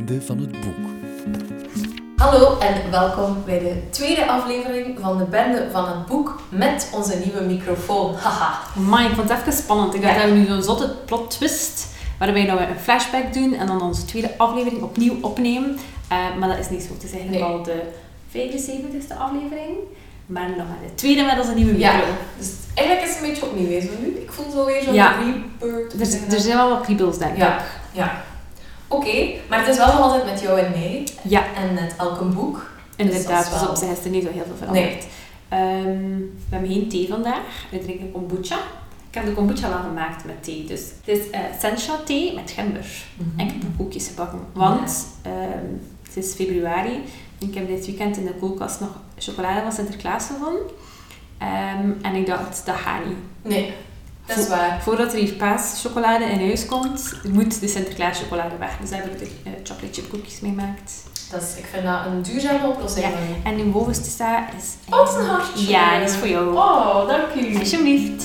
Bende van het Boek. Hallo en welkom bij de tweede aflevering van de Bende van het Boek met onze nieuwe microfoon. Haha. Amai, ik vond het even spannend. Ik dacht dat we nu zo'n zotte plot twist, waarbij we een flashback doen en dan onze tweede aflevering opnieuw opnemen. Maar dat is niet zo. Het is eigenlijk al de 75e aflevering. Maar nog maar de tweede met onze nieuwe micro. Ja, dus eigenlijk is het een beetje opnieuw hè, zo nu. Ik voel zo weer zo'n rebirth. Er zijn wel wat kriebels, denk ik. Ja. Oké, maar het is wel nog altijd met jou en mij. Ja. En met elk een boek. Inderdaad, dus op zich is er niet zo heel veel veranderd. Nee. We hebben geen thee vandaag. We drinken kombucha. Ik heb de kombucha wel gemaakt met thee. Dus het is sencha thee met gember. En ik heb koekjes gebakken. Want het is februari. En ik heb dit weekend in de koelkast nog chocolade van Sinterklaas gevonden. En ik dacht, dat gaat niet. Nee, dat is waar. Voordat er hier paaschocolade in huis komt, moet de Sinterklaas chocolade weg. Dus daar heb ik er chocolate chip koekjes mee gemaakt. Ik vind dat een duurzame oplossing. Ja. En die bovenste staat is... Oh, het is een hartje. Ja, die is voor jou. Oh, dank u. Alsjeblieft.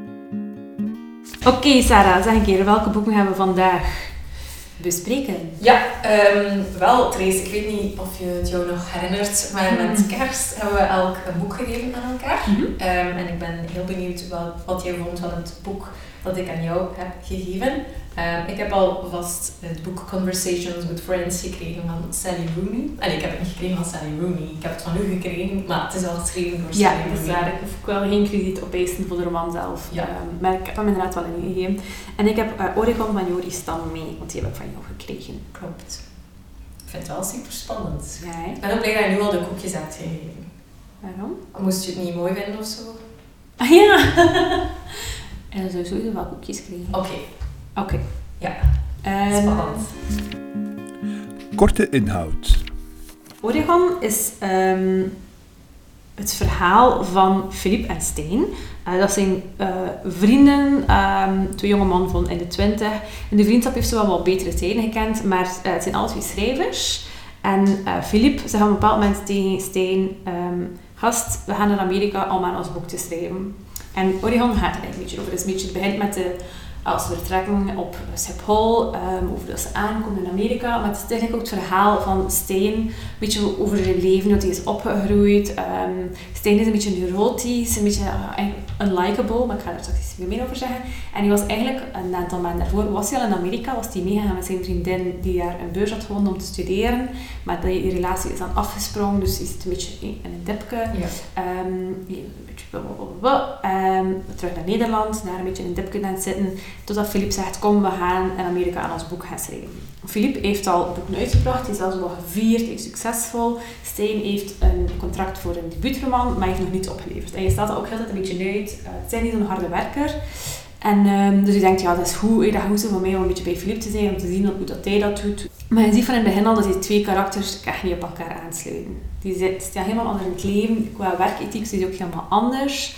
Oké, Sarah, zeg een keer, welke boeken gaan we vandaag bespreken? Ja, wel Trace, ik weet niet of je het jou nog herinnert, maar met kerst hebben we elk een boek gegeven aan elkaar. En ik ben heel benieuwd wat jij vond van het boek dat ik aan jou heb gegeven. Ik heb alvast het boek Conversations with Friends gekregen van Sally Rooney. En ik heb het niet gekregen van Sally Rooney, ik heb het van u gekregen, maar het is al geschreven door Sally Rooney. Ja, dat is waar. Ik hoef ook wel geen krediet opeisen voor de roman zelf. Ja. Maar ik heb hem inderdaad wel ingegeven. En ik heb Oregon van Joris Stam mee, want die heb ik van jou gekregen. Klopt. Ik vind het wel super spannend. Ja, hè? Ik ben ook blij dat je nu al de koekjes hebt gegeven. Waarom? Moest je het niet mooi vinden of zo? Ah ja! En dan zou je sowieso wel koekjes krijgen. Oké. Ja. Spannend. Korte inhoud. Oregon is het verhaal van Philippe en Stijn. Dat zijn vrienden, twee jonge mannen van in de 20. En de vriendschap heeft zo wel wat betere tijden gekend, maar het zijn alle twee schrijvers. En Philippe zegt op een bepaald moment tegen Stijn, gast, we gaan naar Amerika om aan ons boek te schrijven. En Oregon gaat er eigenlijk een beetje over. Het begint met als we vertrekken op Schiphol, over dat ze aankomen in Amerika. Maar het is eigenlijk ook het verhaal van Stijn, een beetje over zijn leven, hoe hij is opgegroeid. Stijn is een beetje neurotisch, een beetje unlikable, maar ik ga er straks iets meer over zeggen. En hij was eigenlijk, een aantal maanden daarvoor, was hij al in Amerika, was hij meegegaan met zijn vriendin die daar een beurs had gewonnen om te studeren. Maar die relatie is dan afgesprongen, dus hij zit een beetje in een dipje. Ja. Terug naar Nederland, daar een beetje in een dipje aan het zitten. Totdat Philippe zegt, kom, we gaan in Amerika aan ons boek gaan schrijven. Philippe heeft al boeken uitgebracht, hij is zelfs wel gevierd, hij is succesvol. Stijn heeft een contract voor een debuutroman, maar hij heeft nog niet opgeleverd. En je staat er ook altijd een beetje uit. Het zijn niet zo'n harde werker. En dus je denkt, ja, dat is goed, dat moet van mij om een beetje bij Philippe te zijn, om te zien hoe dat hij dat doet. Maar je ziet van in het begin al dat die twee karakters echt niet op elkaar aansluiten. Die staan helemaal anders in het leven. Qua werkethiek is die ook helemaal anders.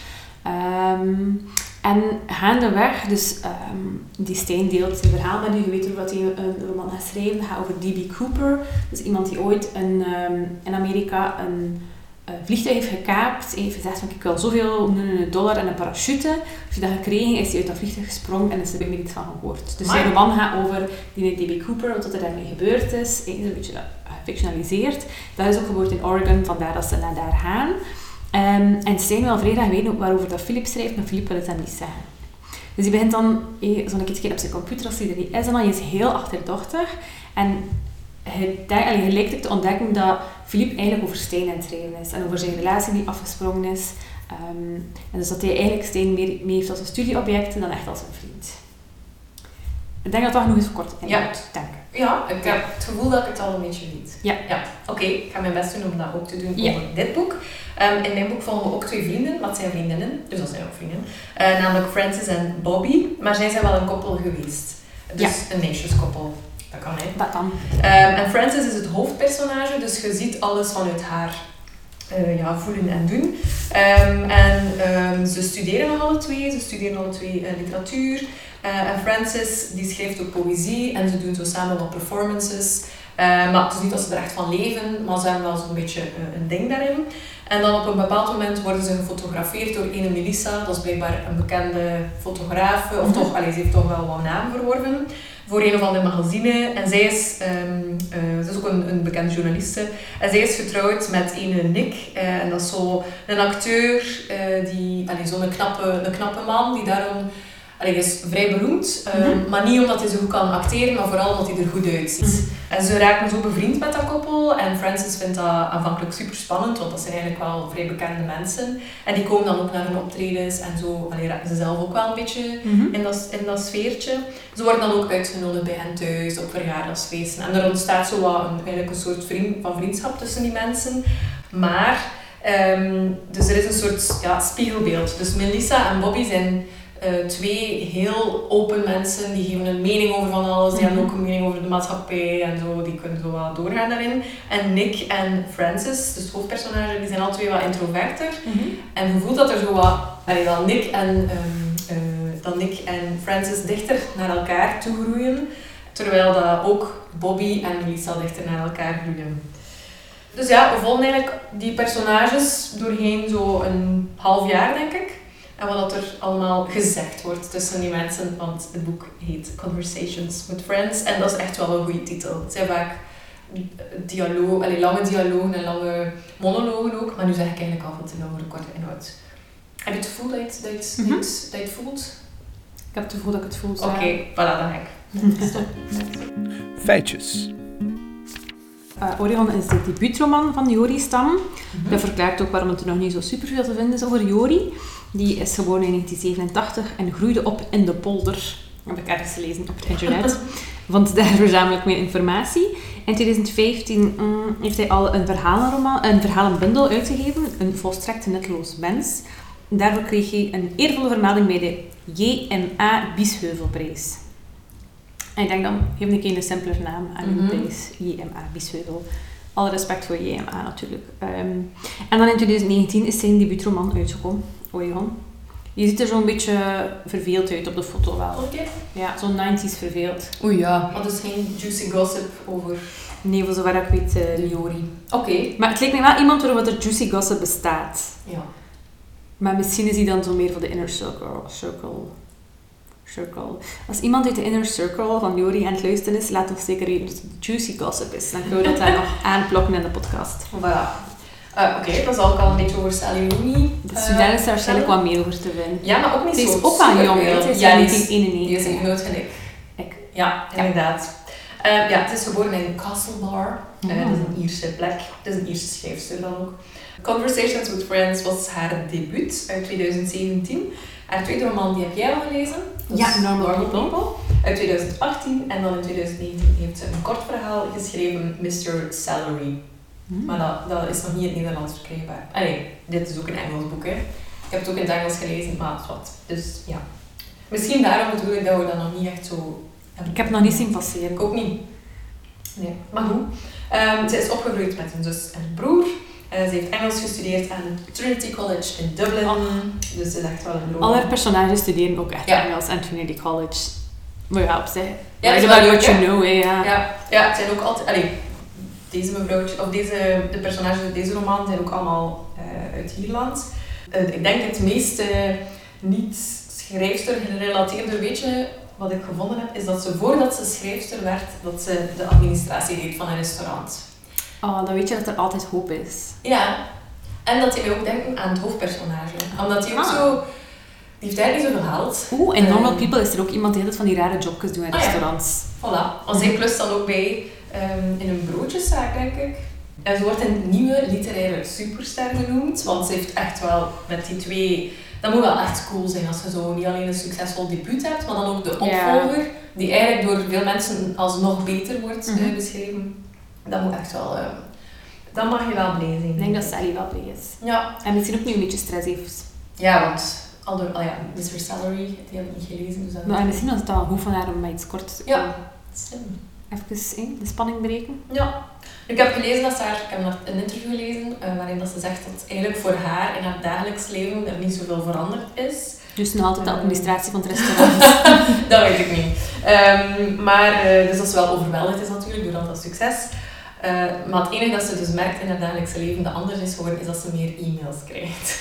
En gaandeweg, dus die Stijn deelt zijn verhaal met u. Je weet over dat hij een roman gaat schrijven. Dat gaat over D.B. Cooper. Dus iemand die ooit in Amerika een vliegtuig heeft gekaapt. Hij heeft gezegd van, ik wil zoveel $1 en een parachute. Als je dat gekregen, is hij uit dat vliegtuig gesprongen en is er weer niets van gehoord. Dus zijn roman gaat over die D.B. Cooper, wat er daarmee gebeurd is. Hij is een beetje gefictionaliseerd. Dat is ook gebeurd in Oregon, vandaar dat ze naar daar gaan. En Stijn wil vrij graag weten waarover dat Philippe schrijft, maar Philippe wil het hem niet zeggen. Dus hij begint dan zo'n keer op zijn computer als hij er niet is. En dan is hij heel achterdochtig. En hij lijkt ook te ontdekken dat Philippe eigenlijk over Stijn aan het schrijven is. En over zijn relatie die afgesprongen is. En dus dat hij eigenlijk Stijn meer heeft als een studieobject dan echt als een vriend. Ik denk dat dat nog eens kort inhoudt. Ja, ik heb het gevoel dat ik het al een beetje weet. Ja. Oké, ik ga mijn best doen om dat ook te doen over dit boek. In mijn boek volgen we ook twee vrienden, maar het zijn vriendinnen, dus dat zijn ook vrienden. Namelijk Frances en Bobby, maar zij zijn wel een koppel geweest. Dus een meisjeskoppel. Dat kan, hè? Dat kan. En Frances is het hoofdpersonage, dus je ziet alles vanuit haar voelen en doen. Ze studeren nog alle twee. Ze studeren alle twee literatuur. En Frances die schrijft ook poëzie en ze doen zo samen wat performances. Maar het is niet dat ze er echt van leven, maar ze hebben wel zo'n beetje een ding daarin. En dan op een bepaald moment worden ze gefotografeerd door ene Melissa. Dat is blijkbaar een bekende fotografe, of toch, ze heeft toch wel wat naam verworven. Voor een of ander magazine. En zij is, ze is ook een bekende journaliste. En zij is getrouwd met ene Nick. En dat is zo een acteur, zo'n knappe man, die daarom... Hij is vrij beroemd, maar niet omdat hij zo goed kan acteren, maar vooral omdat hij er goed uitziet. En ze raken zo bevriend met dat koppel en Frances vindt dat aanvankelijk super spannend, want dat zijn eigenlijk wel vrij bekende mensen. En die komen dan ook naar hun optredens en zo raken ze zelf ook wel een beetje in dat sfeertje. Ze worden dan ook uitgenodigd bij hen thuis op verjaardagsfeesten. En er ontstaat zo wat eigenlijk een soort van vriendschap tussen die mensen. Maar, dus er is een soort spiegelbeeld. Dus Melissa en Bobby zijn... twee heel open mensen, die geven een mening over van alles, die hebben ook een mening over de maatschappij en zo, die kunnen zo wat doorgaan daarin. En Nick en Frances, dus het hoofdpersonage, die zijn al twee wat introverter. En je voelt dat er zo wat, dat Nick en Frances dichter naar elkaar toe groeien, terwijl dat ook Bobby en Melissa dichter naar elkaar groeien. Dus ja, we volgen eigenlijk die personages doorheen zo een half jaar, denk ik. En wat er allemaal gezegd wordt tussen die mensen, want het boek heet Conversations with Friends. En dat is echt wel een goede titel. Het zijn vaak lange dialogen en lange monologen ook, maar nu zeg ik eigenlijk al veel te lang voor de korte inhoud. Heb je het gevoel dat je het voelt? Ik heb het gevoel dat ik het voel. Oké, voilà, dan ga ik. Stop. Feitjes. Orion is de debuutroman van Jori Stam. Dat verklaart ook waarom het er nog niet zo superveel te vinden is over Jori. Die is geboren in 1987 en groeide op in de polder. Heb ik ergens gelezen op het internet. Vond daar verzamel ik meer informatie. In 2015 heeft hij al een verhalenbundel uitgegeven. Een volstrekt nutteloos mens. Daarvoor kreeg hij een eervolle vermelding bij de JMA Biesheuvelprijs. En ik denk dan, geef een keer een simpeler naam aan uw prijs. JMA Biesheuvel. Alle respect voor JMA natuurlijk. En dan in 2019 is zijn debuutroman uitgekomen. Orion. Je ziet er zo'n beetje verveeld uit op de foto wel. Oké. Ja, zo'n 90s verveeld. Oei ja. Wat is geen juicy gossip over... Nee, voor zover ik weet, de Jori. Oké. Maar het lijkt me wel iemand waarover er juicy gossip bestaat. Ja. Maar misschien is hij dan zo meer voor de inner circle. Als iemand uit de inner circle van Jori aan het luisteren is, laat ons zeker weten dat het juicy gossip is. Dan kunnen we dat daar nog aanplokken in de podcast. Voilà. Oké, dan zal ik al een beetje over Sally Rooney. Daar is er waarschijnlijk wat meer over te vinden. Ja, maar ook niet zo. Ze is ook wel jong, hè? Ze is 1991. Die is een genoot gelijk. Ja, inderdaad. Het is geboren in Castlebar. Dat is een Ierse plek. Het is een Ierse schrijfster dan ook. Conversations with Friends was haar debuut uit 2017. Haar tweede roman die heb jij al gelezen. Ja, Normal People. Uit 2018. En dan in 2019 heeft ze een kort verhaal geschreven, Mr. Salary. Maar dat is nog niet in het Nederlands verkrijgbaar. Dit is ook een Engels boek, hè. Ik heb het ook in het Engels gelezen, maar het is wat. Dus ja. Misschien daarom bedoel ik dat we dat nog niet echt zo... Ik heb het nog niet zien passeren. Ik ook niet. Nee, maar goed. Ze is opgegroeid met een zus en een broer. Ze heeft Engels gestudeerd aan Trinity College in Dublin. Dus ze is echt wel een droom. Al haar personages studeren ook echt Engels aan Trinity College. Maar ja, op zich. Ja, dat is wel what you know, hè. Ja, het zijn ook altijd... Deze mevrouwtje, of de personages uit deze roman zijn ook allemaal uit Ierland. Ik denk het meest niet-schrijfster gerelateerde weetje wat ik gevonden heb, is dat ze voordat ze schrijfster werd, dat ze de administratie deed van een restaurant. Oh, dan weet je dat er altijd hoop is. Ja, en dat hij mij ook denken aan het hoofdpersonage. Omdat hij ook zo... Die heeft eigenlijk niet zoveel geld. In Normal People is er ook iemand die altijd van die rare jobjes doet in restaurants. Ja. Voilà. Want zij klust dan ook bij in een broodjeszaak, denk ik. En ze wordt een nieuwe literaire superster genoemd. Want ze heeft echt wel met die twee... Dat moet wel echt cool zijn als je zo niet alleen een succesvol debuut hebt, maar dan ook de opvolger, die eigenlijk door veel mensen als nog beter wordt beschreven. Dat moet echt wel... Dan mag je wel blij zijn. Ik denk dat Sally wel blij is. Ja. En misschien ook nu een beetje stress heeft. Ja, want... Mr. Salary, die heb ik niet gelezen. Dus maar misschien was het wel goed van haar om mij iets kort even de spanning breken. Ja. Ik heb gelezen dat ik heb een interview gelezen waarin dat ze zegt dat eigenlijk voor haar in haar dagelijks leven er niet zoveel veranderd is. Dus nog altijd de administratie van het restaurant. Dat weet ik niet. Dus dat ze wel overweldigd is natuurlijk door al dat succes. Maar het enige dat ze dus merkt in haar dagelijkse leven dat anders is geworden, is dat ze meer e-mails krijgt.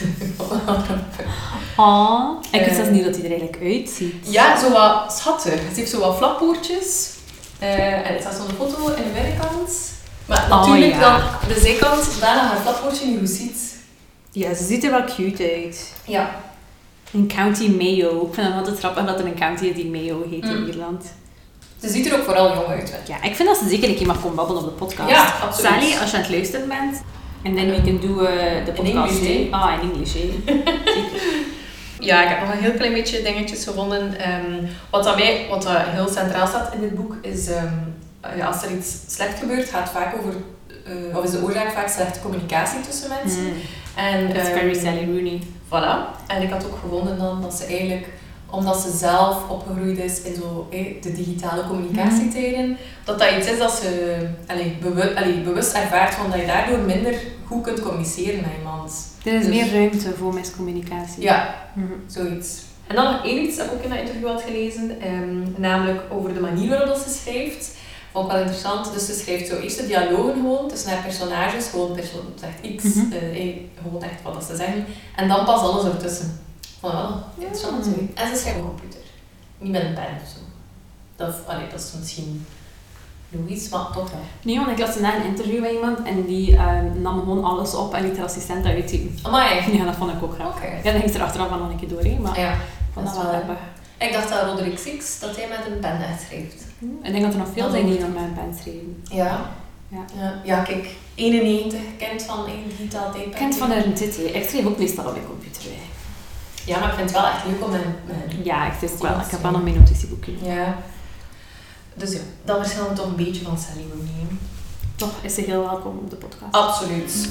Ik wist zelfs niet dat hij er eigenlijk uitziet. Ja, zo wat schattig. Ze heeft zo wat flappoortjes. En er staat zo'n foto in de binnenkant. Maar natuurlijk dan de zijkant, zodat haar flappoortje niet goed ziet. Ja, ze ziet er wel cute uit. Ja. In County Mayo. Ik vind het altijd grappig dat er een county is die Mayo heet in Ierland. Ze ziet er ook vooral jong uit. Ja, ik vind dat ze zeker een keer mag komen babbelen op de podcast. Ja, absoluut. Sally, als je aan het luisteren bent. En dan we can do the podcast. In English, hè. Ja, ik heb nog een heel klein beetje dingetjes gevonden. Wat heel centraal staat in dit boek is... als er iets slecht gebeurt, gaat vaak over... of is de oorzaak vaak slechte communicatie tussen mensen. That's very Sally Rooney. Voilà. En ik had ook gevonden dan dat ze eigenlijk... Omdat ze zelf opgegroeid is in zo, de digitale communicatietijden, dat iets is dat ze bewust ervaart van dat je daardoor minder goed kunt communiceren met iemand. Er is meer ruimte voor miscommunicatie. Ja, zoiets. En dan nog één iets dat ik ook in dat interview had gelezen, namelijk over de manier waarop ze schrijft. Vond ik wel interessant. Dus ze schrijft zo eerst de dialogen gewoon tussen haar personages, gewoon persoon zegt X, gewoon echt wat ze zeggen, en dan pas alles ertussen. Interessant. En ze schrijft op een computer. Niet met een pen of zo. Dat is misschien logisch, maar toch wel. Nee, want ik las na een interview met iemand en die nam gewoon alles op en liet de assistent dat uittypen. Amai. Ja, dat vond ik ook grappig. Okay. Ja, dan ging ze er achteraf wel nog een keer doorheen, maar vond dat wel grappig. Ik dacht dat Roderick Six, dat hij met een pen echt schrijft. Ik denk dat er nog veel zijn die nog met een pen schrijven. Ja, kijk, 91, kind van een digitaal tijdperk. Kind van een TT. Ik schrijf ook meestal op mijn computer. Ja, maar ik vind het wel echt leuk om mijn ja, ik vind het wel. Ik heb wel nog mijn notitieboekje. Ja. Dus ja, dan verschillen we toch een beetje van Sally Rooney. Toch is ze heel welkom op de podcast. Absoluut.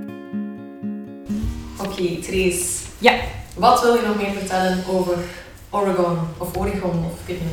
Oké, Trace. Ja. Wat wil je nog meer vertellen over Oregon? Of ik weet niet hoe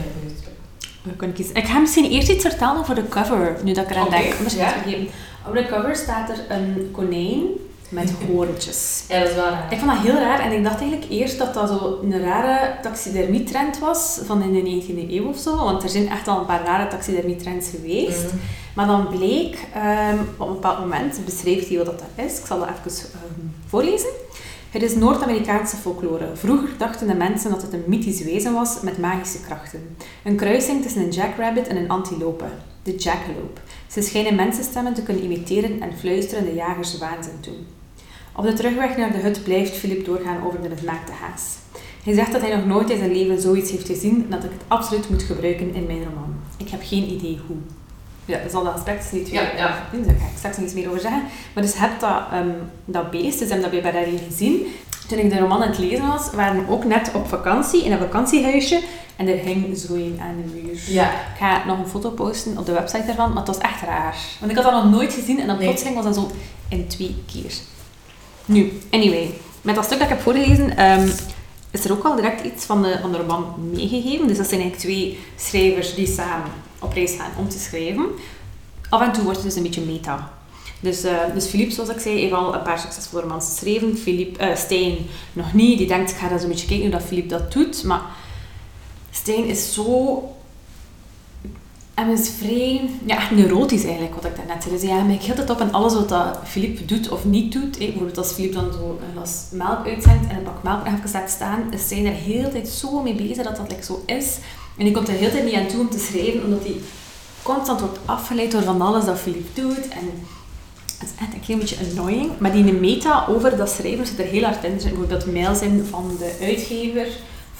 het is. Ik ga misschien eerst iets vertellen over de cover, nu dat ik eraan denk. Op de cover staat er een konijn met hoorntjes. Ja, dat is wel raar. Ik vond dat heel raar en ik dacht eigenlijk eerst dat dat zo een rare taxidermie-trend was van in de 19e eeuw of zo, want er zijn echt al een paar rare taxidermie-trends geweest. Maar dan bleek, op een bepaald moment beschreef hij wat dat is. Ik zal dat even voorlezen. Het is Noord-Amerikaanse folklore. Vroeger dachten de mensen dat het een mythisch wezen was met magische krachten. Een kruising tussen een jackrabbit en een antilope. De jackalope. Ze schijnen mensenstemmen te kunnen imiteren en fluisteren de jagers waanzin toe. Op de terugweg naar de hut blijft Philip doorgaan over de mismaakte haas. Hij zegt dat hij nog nooit in zijn leven zoiets heeft gezien en dat ik het absoluut moet gebruiken in mijn roman. Ik heb geen idee hoe. Ja, dat zal de aspect niet weer doen, daar ga ik straks nog iets meer over zeggen. Maar dus je hebt dat beest, dus hebben dat bij Barry gezien. Toen ik de roman aan het lezen was, waren we ook net op vakantie in een vakantiehuisje en er hing zoiets aan de muur. Ja. Ik ga nog een foto posten op de website daarvan, maar het was echt raar. Want ik had dat nog nooit gezien en dan plotseling was dat zo in 2 keer. Nu, anyway, met dat stuk dat ik heb voorgelezen is er ook al direct iets van de roman meegegeven. Dus dat zijn eigenlijk 2 schrijvers die samen op reis gaan om te schrijven. Af en toe wordt het dus een beetje meta. Dus Philippe, zoals ik zei, heeft al een paar succesvolle romans geschreven. Stijn nog niet. Die denkt, ik ga dat een beetje kijken hoe dat Philippe dat doet. Maar Stijn is zo... En is vrij... Ja, echt neurotisch eigenlijk, wat ik daarnet zei. Dus ja, maar ik hield het op en alles wat dat Philippe doet of niet doet. Bijvoorbeeld als Philippe dan zo een glas melk uitzendt en een bak melk even laat staan, is Stijn er heel de tijd zo mee bezig dat dat zo is. En die komt er heel de tijd niet aan toe om te schrijven, omdat hij constant wordt afgeleid door van alles dat Philippe doet. En dat is echt een klein beetje annoying. Maar die meta over dat schrijven zit er heel hard in. Er zit bijvoorbeeld mails in van de uitgever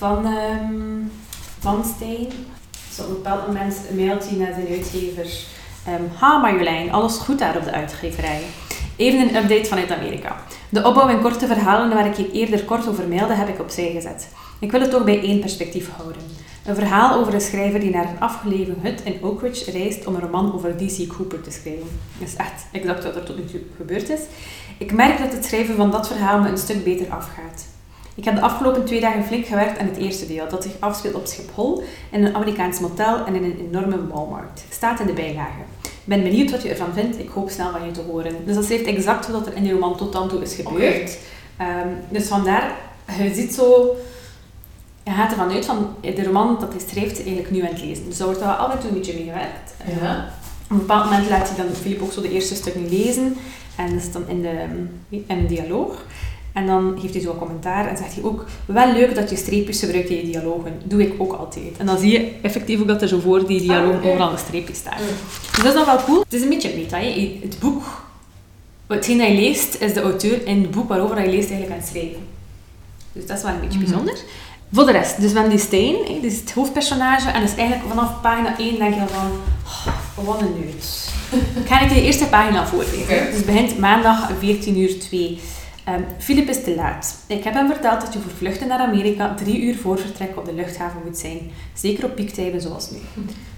van Stijn. Dus op een bepaald moment mailt hij naar zijn uitgever. Ha Marjolein, alles goed daar op de uitgeverij. Even een update vanuit Amerika. De opbouw in korte verhalen waar ik hier eerder kort over mailde, heb ik opzij gezet. Ik wil het toch bij 1 perspectief houden. Een verhaal over een schrijver die naar een afgelegen hut in Oak Ridge reist om een roman over D.C. Cooper te schrijven. Dat is echt exact wat er tot nu toe gebeurd is. Ik merk dat het schrijven van dat verhaal me een stuk beter afgaat. Ik heb de afgelopen 2 dagen flink gewerkt aan het eerste deel, dat zich afspeelt op Schiphol, in een Amerikaans motel en in een enorme Walmart. Het staat in de bijlage. Ik ben benieuwd wat je ervan vindt, ik hoop snel van je te horen. Dus dat schrijft exact wat er in die roman tot dan toe is gebeurd. Dus vandaar, je ziet zo... hij gaat ervan uit van de roman dat hij schrijft is eigenlijk nu aan het lezen. Dus daar wordt al af en toe een beetje mee gewerkt. Ja. Op een bepaald moment laat hij dan Philippe ook zo de eerste stukken lezen. En dat is dan in een dialoog. En dan geeft hij zo een commentaar en zegt hij ook, wel leuk dat je streepjes gebruikt in je dialogen. Doe ik ook altijd. En dan zie je effectief ook dat er zo voor die dialoog overal een streepje staat. Dus dat is dan wel cool. Het is een beetje meta. Het boek, hetgeen dat je leest, is de auteur in het boek waarover je leest eigenlijk aan het schrijven. Dus dat is wel een beetje bijzonder. Voor de rest, dus we hebben die Stijn, dus het hoofdpersonage. En dus eigenlijk vanaf pagina 1 denk je dan van, wat een neut. Ga ik je de eerste pagina voorlezen. Okay. Dus het begint maandag 14:02. Philippe is te laat. Ik heb hem verteld dat je voor vluchten naar Amerika 3 uur voor vertrek op de luchthaven moet zijn. Zeker op piektijden zoals nu.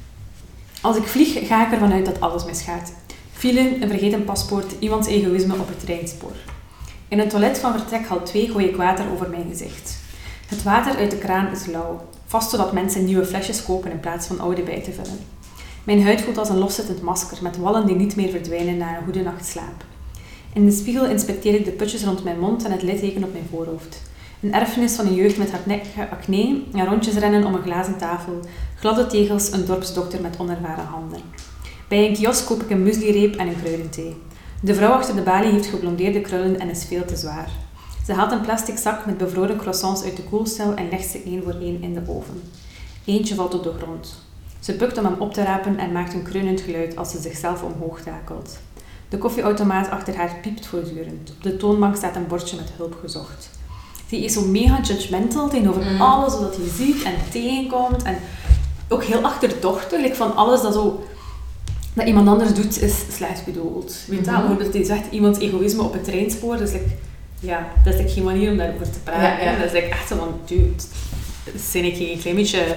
Als ik vlieg, ga ik ervan uit dat alles misgaat. File, een vergeten paspoort, iemands egoïsme op het treinspoor. In het toilet van vertrek hal 2 gooi ik water over mijn gezicht. Het water uit de kraan is lauw, vast zodat mensen nieuwe flesjes kopen in plaats van oude bij te vullen. Mijn huid voelt als een loszittend masker met wallen die niet meer verdwijnen na een goede nachtslaap. In de spiegel inspecteer ik de putjes rond mijn mond en het litteken op mijn voorhoofd. Een erfenis van een jeugd met hardnekkige acne en rondjes rennen om een glazen tafel, gladde tegels, een dorpsdokter met onervaren handen. Bij een kiosk koop ik een mueslireep en een kruidenthee. De vrouw achter de balie heeft geblondeerde krullen en is veel te zwaar. Ze haalt een plastic zak met bevroren croissants uit de koelcel en legt ze 1 voor 1 in de oven. Eentje valt op de grond. Ze bukt om hem op te rapen en maakt een kreunend geluid als ze zichzelf omhoog takelt. De koffieautomaat achter haar piept voortdurend. Op de toonbank staat een bordje met hulp gezocht. Die is zo mega judgmental tegenover alles wat hij ziet en tegenkomt. En ook heel achterdochtig. Van alles dat iemand anders doet, is slecht bedoeld. Weet je, bijvoorbeeld hij zegt iemands egoïsme op het treinspoor. Dus dat is geen manier om daarover te praten. Ja. Dat is echt zo van, dude, zijn ik een klein beetje...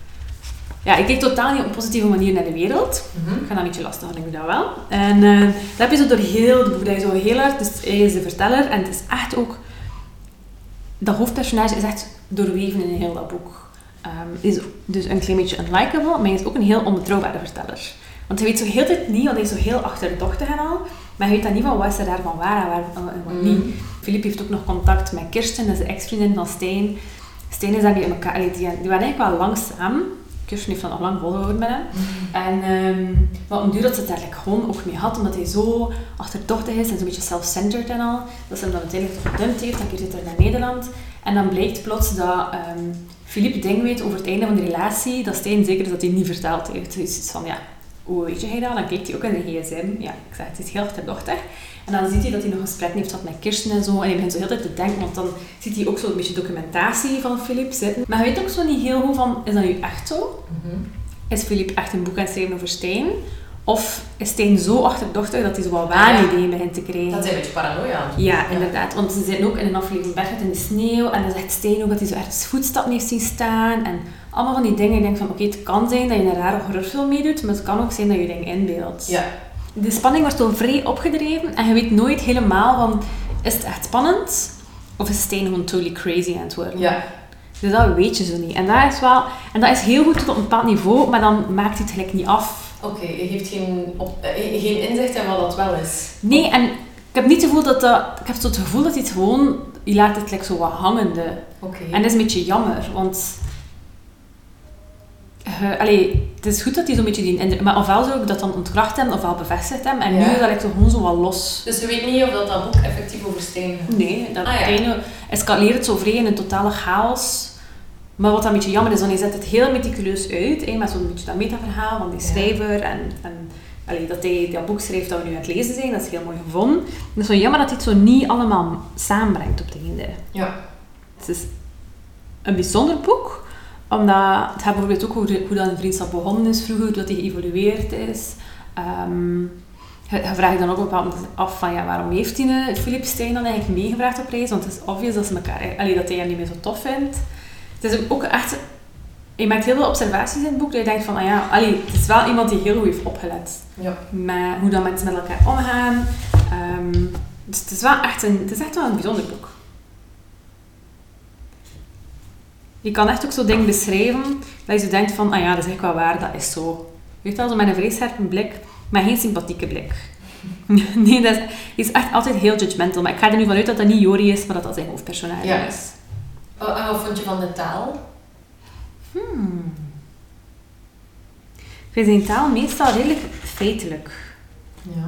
Ja, ik kijk totaal niet op een positieve manier naar de wereld. Ik ga dat een beetje lastig, denk ik dat wel. En dat heb je zo door heel het boek. Dat je zo heel hard, dus hij is de verteller en het is echt ook... Dat hoofdpersonage is echt doorweven in heel dat boek. Is dus een klein beetje unlikable, maar hij is ook een heel onbetrouwbare verteller. Want hij weet zo heel tijd niet, want hij is zo heel achterdochtig en al, maar hij weet dan niet van wat is er daarvan waar en wat niet. Philippe heeft ook nog contact met Kirsten, dat is de ex-vriendin van Stijn. Stijn is daar bij elkaar, die waren eigenlijk wel lang samen. Kirsten heeft dan nog lang volgehouden met hem. En wat een duur dat ze het daar gewoon ook mee had, omdat hij zo achterdochtig is en zo'n beetje self-centered en al, dat ze hem dan uiteindelijk toch gedumpt heeft, dan keert hij terug naar Nederland. En dan blijkt plots dat Philippe dingen weet over het einde van de relatie, dat Stijn zeker is dat hij niet verteld heeft. Dus het is van, ja, hoe weet je dat? Dan kijkt hij ook in de gsm. Ja, ik zeg, het is heel achterdochtig. En dan ziet hij dat hij nog een gesprek heeft gehad met Kirsten en zo. En hij begint zo heel tijd te denken, want dan ziet hij ook zo een beetje documentatie van Philippe zitten. Maar hij weet ook zo niet heel goed van, is dat nu echt zo? Is Philippe echt een boek aan het schrijven over Stijn? Of is Stijn zo achterdochtig dat hij zo wat waanideeën begint te krijgen? Dat is een beetje paranoia. Ja, inderdaad. Want ze zitten ook in een aflevering Berghet in de sneeuw. En dan zegt Stijn ook dat hij zo ergens voetstappen heeft zien staan. En allemaal van die dingen. Ik denk van, oké, het kan zijn dat je een rare horrorfilm meedoet, maar het kan ook zijn dat je dingen inbeeldt. Ja. De spanning wordt zo vrij opgedreven en je weet nooit helemaal van, is het echt spannend? Of is Stijn gewoon totally crazy aan het worden? Ja. Dus dat weet je zo niet. En dat is heel goed tot op een bepaald niveau, maar dan maakt hij het gelijk niet af. Oké, je heeft geen inzicht in wat dat wel is. Nee, en ik heb niet het gevoel ik heb zo het gevoel dat hij het gewoon, je laat het like zo wat hangende. Okay. En dat is een beetje jammer, want het is goed dat hij zo'n beetje die... Maar ofwel zou ik dat dan ontkracht hebben, ofwel bevestigd hebben. En nu is dat like gewoon zo wat los. Dus je weet niet of dat boek effectief over Stijn gaat? Nee, dat ene escaleert het zo vrij in een totale chaos. Maar wat een beetje jammer is, want hij zet het heel meticuleus uit. Met zo'n beetje dat metaverhaal van die schrijver. En dat hij dat boek schreef dat we nu aan het lezen zijn. Dat is heel mooi gevonden. Het is zo jammer dat hij het zo niet allemaal samenbrengt op het einde. Ja. Het is een bijzonder boek. Omdat het gaat bijvoorbeeld ook hoe dat een vriendschap begonnen is vroeger, hoe dat die geëvolueerd is. Je vraagt dan ook op een bepaald moment af van waarom heeft Philippe Stijn dan eigenlijk meegevraagd op reis? Want het is obvious dat dat hij hem niet meer zo tof vindt. Het is ook echt... Je maakt heel veel observaties in het boek dat je denkt van, het is wel iemand die heel goed heeft opgelet. Ja. Met hoe dat mensen met elkaar omgaan. Dus het is echt wel een bijzonder boek. Je kan echt ook zo dingen beschrijven dat je zo denkt van, dat is eigenlijk wel waar, dat is zo. Je weet wel, zo met een vrij scherpe blik, maar geen sympathieke blik. Nee, hij is echt altijd heel judgmental. Maar ik ga er nu vanuit dat dat niet Jori is, maar dat dat zijn hoofdpersonage is. En wat vond je van de taal? Ik vind zijn taal meestal redelijk feitelijk. Ja.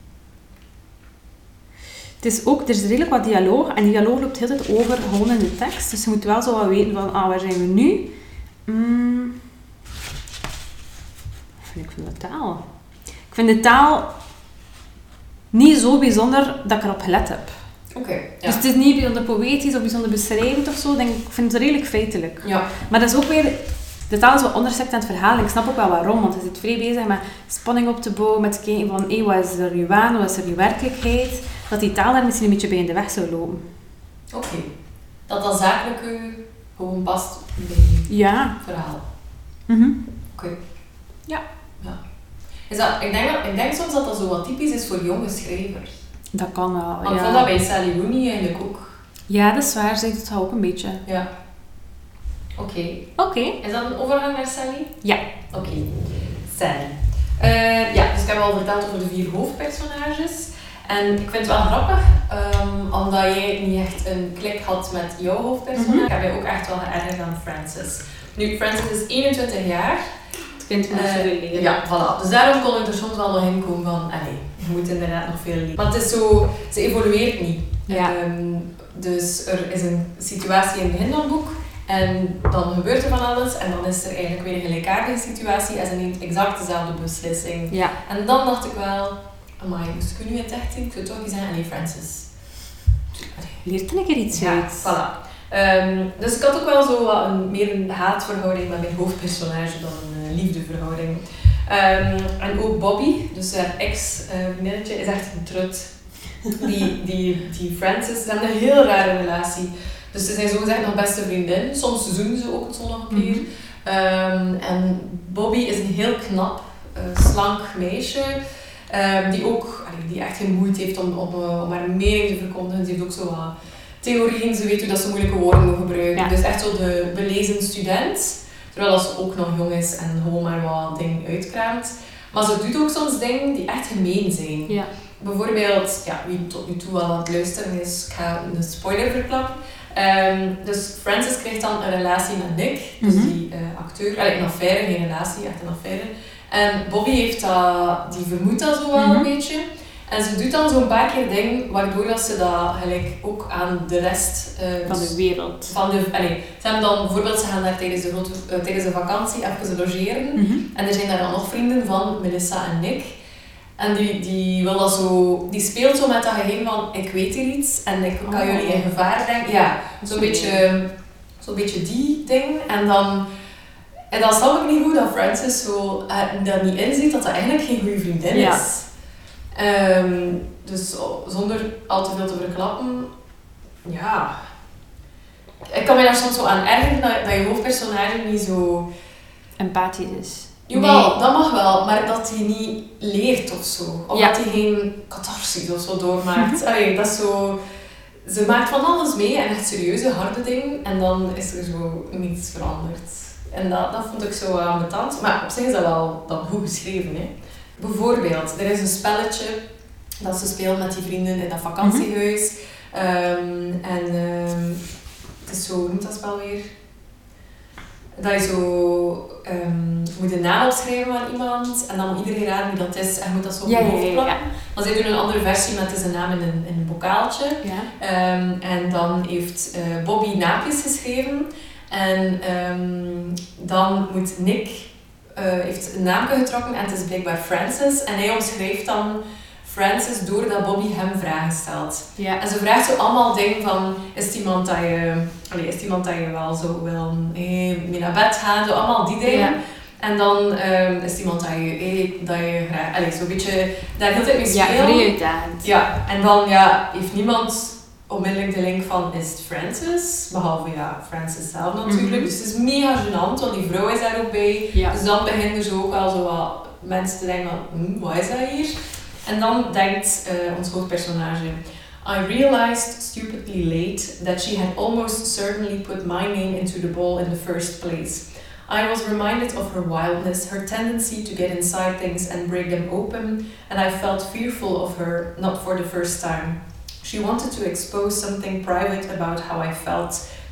Het is ook, er is redelijk wat dialoog. En die dialoog loopt heel de tijd over gewoon in de tekst. Dus je moet wel zo wat weten van, waar zijn we nu? Wat vind ik van de taal? Ik vind de taal niet zo bijzonder dat ik erop gelet heb. Oké. Dus het is niet bijzonder poëtisch of bijzonder beschrijvend of zo. Ik vind het redelijk feitelijk. Ja. Maar dat is ook weer... De taal is wel ondersect aan het verhaal. En ik snap ook wel waarom. Want je zit vrij bezig met spanning op te bouwen. Met kijken van, wat is er nu aan? Wat is er nu werkelijkheid? Dat die taal daar misschien een beetje bij in de weg zou lopen. Oké. Dat zakelijke gewoon past bij het verhaal. Oké. Ja. Is dat, ik denk soms dat zo wat typisch is voor jonge schrijvers. Dat kan wel, Maar ik vond dat bij Sally Rooney eigenlijk ook. Ja, dat is waar. Zij doet dat ook een beetje. Ja. Oké. Is dat een overgang naar Sally? Ja. Oké. Sally. Dus ik heb al verteld over de 4 hoofdpersonages. En ik vind het wel grappig, omdat jij niet echt een klik had met jouw hoofdpersonage. Ik heb mij ook echt wel geërgerd aan Frances. Nu, Frances is 21 jaar. Het kind moet zoveel leren. Ja, voilà. Dus daarom kon ik er soms wel nog in komen van, je moet inderdaad nog veel leren. Maar het is zo, ze evolueert niet. Ja. Dus er is een situatie in het begin van het boek. En dan gebeurt er van alles en dan is er eigenlijk weer een gelijkaardige situatie en ze neemt exact dezelfde beslissing. Ja. En dan dacht ik wel, amai, moest ik nu in het echt zien? Ik zou toch niet zeggen, Frances. Leert er een keer iets uit. Voilà. Dus ik had ook wel zo wat meer een haatverhouding met mijn hoofdpersonage dan een liefdeverhouding. En ook Bobby, dus haar ex-vriendinnetje, is echt een trut. Die Frances, ze hebben een heel rare relatie. Dus ze zijn zogezegd nog beste vriendin. Soms zoenen ze ook zo nog een keer. En Bobby is een heel knap, slank meisje. Die echt geen moeite heeft om haar mening te verkondigen. Ze heeft ook zo wat theorieën. Ze weet hoe dat ze moeilijke woorden moet gebruiken. Ja. Dus echt zo de belezen student. Terwijl ze ook nog jong is en gewoon maar wat dingen uitkraamt. Maar ze doet ook soms dingen die echt gemeen zijn. Ja. Bijvoorbeeld, wie tot nu toe al aan het luisteren is, ik ga een spoiler verklappen. Dus Frances krijgt dan een relatie met Nick, dus die acteur, een affaire, geen relatie, echt een affaire. En Bobby heeft die vermoedt dat zo wel een beetje. En ze doet dan zo'n paar keer dingen waardoor dat ze dat gelijk ook aan de rest van de wereld. Ze hebben dan bijvoorbeeld, ze gaan daar tijdens de vakantie even logeren. En er zijn daar dan nog vrienden van Melissa en Nick. En die wil dat zo, die speelt zo met dat geheim van, ik weet hier iets en ik kan jullie in gevaar brengen. Ja, zo'n beetje die ding. En dan snap ik niet hoe dat Frances zo dat niet inziet dat dat eigenlijk geen goede vriendin is. Dus zonder al te veel te verklappen, ja. Ik kan me daar soms zo aan ergeren dat je hoofdpersonage niet zo empathisch is. Jawel, dat mag wel, maar dat hij niet leert of zo. Of dat hij geen catharsis of zo doormaakt. Dat is zo... Ze maakt van alles mee en echt serieuze, harde dingen. En dan is er zo niets veranderd. En dat vond ik zo ambetant. Maar op zich is dat wel dan goed geschreven. Hè. Bijvoorbeeld, er is een spelletje dat ze speelt met die vrienden in dat vakantiehuis. Het is zo, hoe noemt dat spel weer? Dat je zo moet een naam opschrijven van iemand en dan moet iedereen raden wie dat is en je moet dat zo op je hoofd plakken. Maar zij doen een andere versie met zijn naam in een bokaaltje. Ja. En dan heeft Bobby naampjes geschreven en dan moet Nick heeft een naamje getrokken en het is blijkbaar Frances en hij omschrijft dan Frances doordat Bobby hem vragen stelt. Ja. En ze vraagt zo allemaal dingen van, is het iemand dat je wel zo wil mee naar bed gaan, zo allemaal die dingen. Ja. En dan is het iemand dat je graag, zo'n beetje daar heel tijd mee speelt. Ja, vrij uitdagend. Ja, en dan heeft niemand onmiddellijk de link van, is het Frances? Behalve Frances zelf natuurlijk. Dus het is mega gênant, want die vrouw is daar ook bij. Ja. Dus dan beginnen er zo ook wel zo wat mensen te denken van, wat is dat hier? En dan denkt ons hoofdpersonage, I realized stupidly late that she had almost certainly put my name into the bowl in the first place. I was reminded of her wildness, her tendency to get inside things and break them open, and I felt fearful of her, not for the first time. She wanted to expose something private about how I felt, to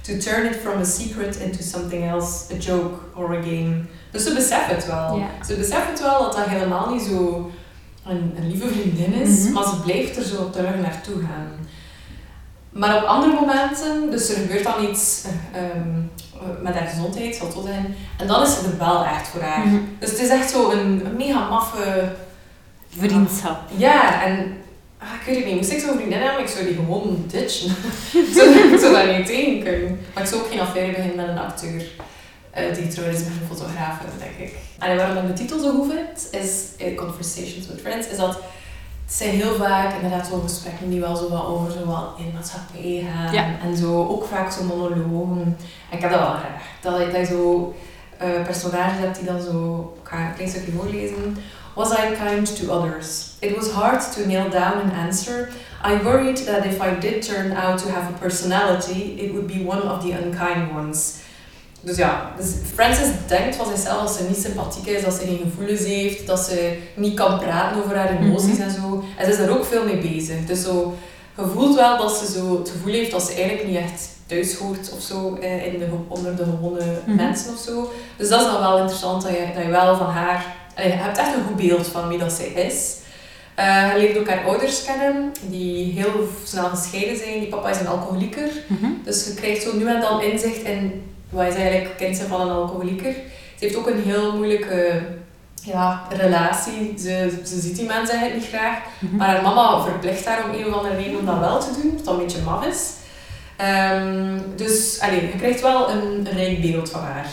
To turn it from a secret into something else, a joke or a game. Dus ze beseffen het wel. Ja. Ze beseffen het wel dat dat helemaal niet zo een lieve vriendin is, maar ze blijft er zo terug naartoe gaan. Maar op andere momenten, dus er gebeurt dan iets met haar gezondheid, zal het zo zijn, en dan is ze er wel echt voor haar. Dus het is echt zo een mega maffe Vriendschap. Ja, en ik weet het niet, moest ik zo'n vriendin hebben, ik zou die gewoon ditchen. ik zou daar niet tegen kunnen. Maar ik zou ook geen affaire beginnen met een acteur. Die trouwens met een fotograaf is, denk ik. En waarom ik de titel zo goed vind, is Conversations with Friends, is dat het zijn heel vaak inderdaad zo gesprekken die wel zo wat over zo wat in maatschappij gaan. Ja. En zo, ook vaak zo monologen. En ik heb dat wel graag. Dat je zo personages hebt die dan zo... Ik ga een klein stukje voorlezen. Was I kind to others? It was hard to nail down an answer. I worried that if I did turn out to have a personality, it would be one of the unkind ones. Dus ja, dus Frances denkt van zichzelf dat ze niet sympathiek is, dat ze geen gevoelens heeft, dat ze niet kan praten over haar emoties en zo. En ze is daar ook veel mee bezig. Dus zo, je voelt wel dat ze zo het gevoel heeft dat ze eigenlijk niet echt thuis hoort of zo, onder de gewone mensen of zo. Dus dat is dan wel interessant dat je wel van haar... Je hebt echt een goed beeld van wie dat zij is. Je leert ook haar ouders kennen, die heel snel gescheiden zijn. Die papa is een alcoholieker. Dus je krijgt zo nu en dan inzicht in wat is eigenlijk kind zijn van een alcoholieker. Ze heeft ook een heel moeilijke relatie. Ze ziet die mensen eigenlijk niet graag. Maar haar mama verplicht haar om een of andere reden om dat wel te doen, wat een beetje maf is. Dus je krijgt wel een rijk beeld van haar.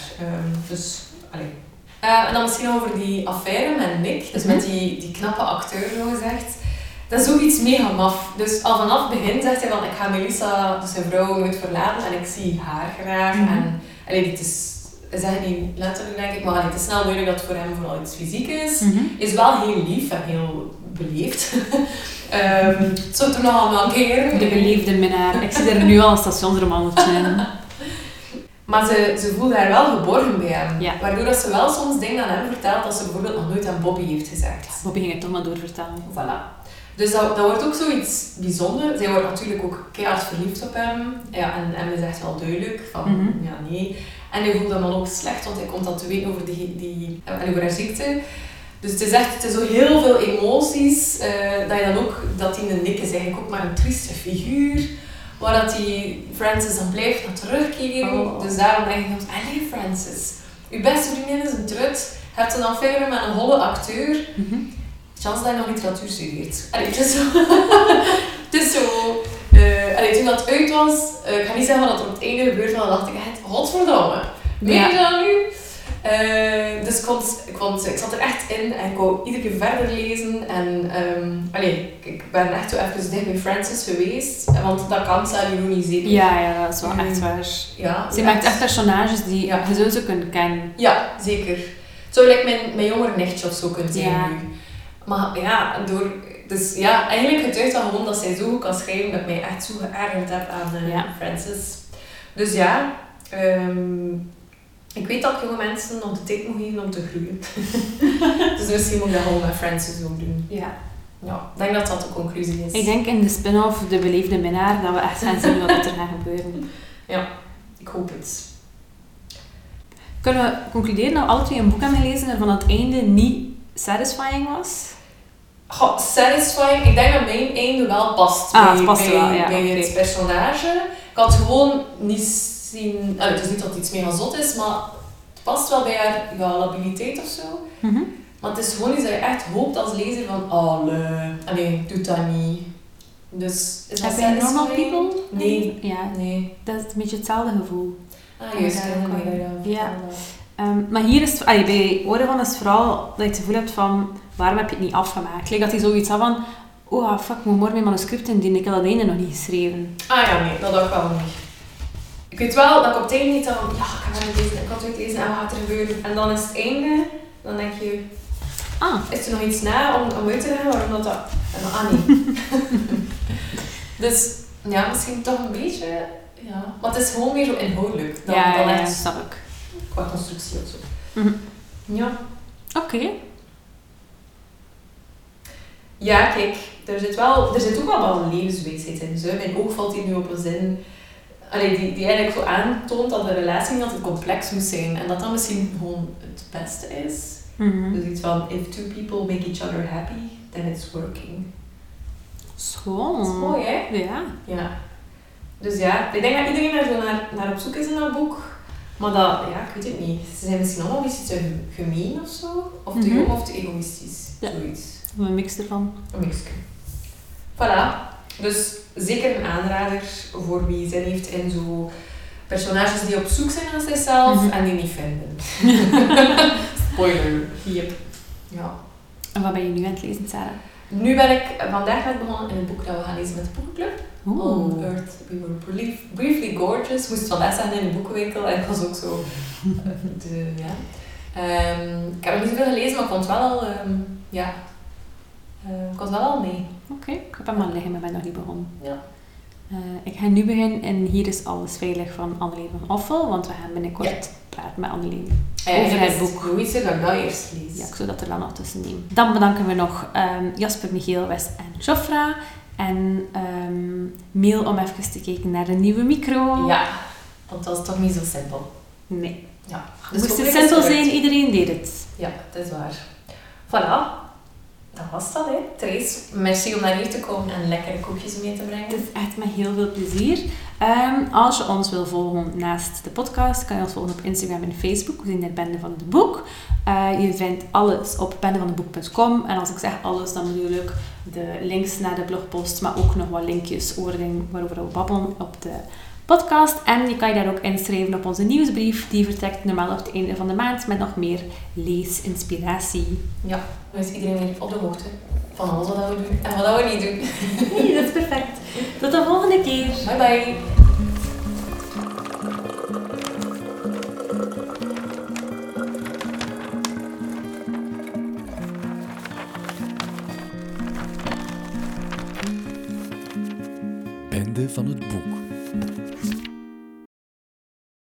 En dan misschien over die affaire met Nick, dus met die knappe acteur zo gezegd. Dat is ook iets mega maf. Dus al vanaf het begin zegt hij van ik ga Melissa, dus zijn vrouw, nooit verlaten en ik zie haar graag. En dit is echt niet letterlijk denk ik, maar het is snel duidelijk dat het voor hem vooral iets fysiek is. Is wel heel lief en heel beleefd. Het zou toch nog allemaal keren. De beleefde minnaar. Ik zie er nu al een stationsromanetje in. Maar ze voelt haar wel geborgen bij hem. Ja. Waardoor dat ze wel soms dingen aan hem vertelt dat ze bijvoorbeeld nog nooit aan Bobby heeft gezegd. Bobby ging het toch maar doorvertellen. Voilà. Dus dat wordt ook zoiets bijzonders. Zij wordt natuurlijk ook keihard verliefd op hem. Ja, en hem is echt wel duidelijk van ja, nee. En hij voelt hem dan ook slecht, want hij komt dan te weten over, over haar ziekte. Dus het is zo heel veel emoties. Dat je dan ook, dat die Nick is eigenlijk ook maar een trieste figuur. Waar dat die Frances dan blijft naar terugkeren. Oh. Dus daarom denk ik dan, allee Frances, uw beste vriendin is een trut. Je hebt een affaire met een holle acteur. Chance dat je nog literatuur studeert. Allee, het is zo... het is zo... toen dat uit was, ik ga niet zeggen dat er op het einde gebeurt, maar dan dacht ik echt, godverdomme. Meen je dat nu? Dus ik zat er echt in en ik wou iedere keer verder lezen. En ik ben echt zo even dicht bij Frances geweest. Want dat kan zelf-ironie. Ja, dat is wel echt waar. Ja, ze maakt echt personages die je zo zou kunnen kennen. Ja, zeker. Het zou mijn jonger nichtje of zo kunnen zijn nu. Maar ja, dus ja, eigenlijk getuigt dat gewoon dat zij zo goed kan schrijven dat ik mij echt zo geërgerd heb aan Frances. Dus ja, ik weet dat jonge mensen nog de tijd moet geven om te groeien. Dus misschien moet ik dat gewoon met Frances ook doen. Ja, ik denk dat dat de conclusie is. Ik denk in de spin-off De Beleefde Minnaar dat we echt gaan zien wat er gaat gebeuren. Ja, ik hoop het. Kunnen we concluderen dat we alle twee een boek hebben gelezen waarvan het einde niet satisfying was? Goh, satisfying. Ik denk dat mijn einde wel past bij het personage. Ik had gewoon niet zien... het is niet dat het iets mega zot is, maar het past wel bij haar labiliteit of zo. Maar het is gewoon iets dat je echt hoopt als lezer van doe dat niet. Dus is dat heb je Normal People? Nee. Ja. Nee. Dat is een beetje hetzelfde gevoel. Juist. Ja. Maar hier is bij Oregon is het vooral dat je het gevoel hebt van waarom heb je het niet afgemaakt? Like dat hij zoiets had van fuck, ik moet morgen mijn manuscript indienen, ik heb dat einde nog niet geschreven. Nee, dat dacht ik wel niet. Ik weet wel dat ik op het einde niet dan ik ga het lezen, ik ga het uitlezen en wat gaat er gebeuren? En dan is het einde, dan denk je, is er nog iets na om uit te leggen waarom dat... nee. Dus ja, misschien toch een beetje, maar het is gewoon meer zo inhoudelijk dan echt snap ik. Qua constructie of zo. Ja. Oké. Ja, kijk, er zit ook wel een levenswijsheid in. Dus mijn oog valt hier nu op een zin. die eigenlijk zo aantoont dat de relatie niet altijd complex moet zijn. En dat dat misschien gewoon het beste is. Dus iets van, if two people make each other happy, then it's working. Schoon. Dat is mooi, hè? Ja. Dus ja, ik denk dat iedereen daar zo naar op zoek is in dat boek. Maar dat, ik weet het niet. Ze zijn misschien allemaal een beetje te gemeen of zo. Of te jong of te egoïstisch. Ja. Zoiets. Een mix ervan. Een mixje. Voilà. Dus zeker een aanrader voor wie zin heeft in zo personages die op zoek zijn naar zichzelf en die niet vinden. Spoiler. Yep. Ja. En wat ben je nu aan het lezen, Sarah? Nu ben ik vandaag net begonnen in een boek dat we gaan lezen met de boekenclub. On Earth We Were Briefly Gorgeous. Moest vandaag zijn in de boekenwinkel en ik was ook zo... ik heb nog niet zoveel gelezen, maar ik vond het wel al... ik was wel al mee. Oké, ik heb hem al liggen, maar ben nog niet begonnen. Ja. Ik ga nu beginnen en hier is alles veilig van Anneleen van Offel, want we gaan binnenkort praten met Anneleen over het boek. Louise, dat ik dat eerst lees. Ja, ik zou dat er dan nog tussen nemen. Dan bedanken we nog Jasper, Michiel, West en Jofra. En mail om even te kijken naar een nieuwe micro. Ja, want dat is toch niet zo simpel. Nee. Ja. Moest het simpel zijn, iedereen deed het. Ja, dat is waar. Voilà. Dat was dat, hè. Therese, merci om naar hier te komen en lekkere koekjes mee te brengen. Het is echt met heel veel plezier. Als je ons wil volgen naast de podcast, kan je ons volgen op Instagram en Facebook. We zijn de Bende van het Boek. Je vindt alles op bendevandeboek.com. En als ik zeg alles, dan bedoel ik de links naar de blogpost, maar ook nog wat linkjes over dingen waarover we babbelen op de podcast. En je kan je daar ook inschrijven op onze nieuwsbrief. Die vertrekt normaal op het einde van de maand met nog meer leesinspiratie. Ja, dan is iedereen weer op de hoogte van alles wat we doen en wat we niet doen. Nee, dat is perfect. Tot de volgende keer. Bye bye. Bende van het Boek.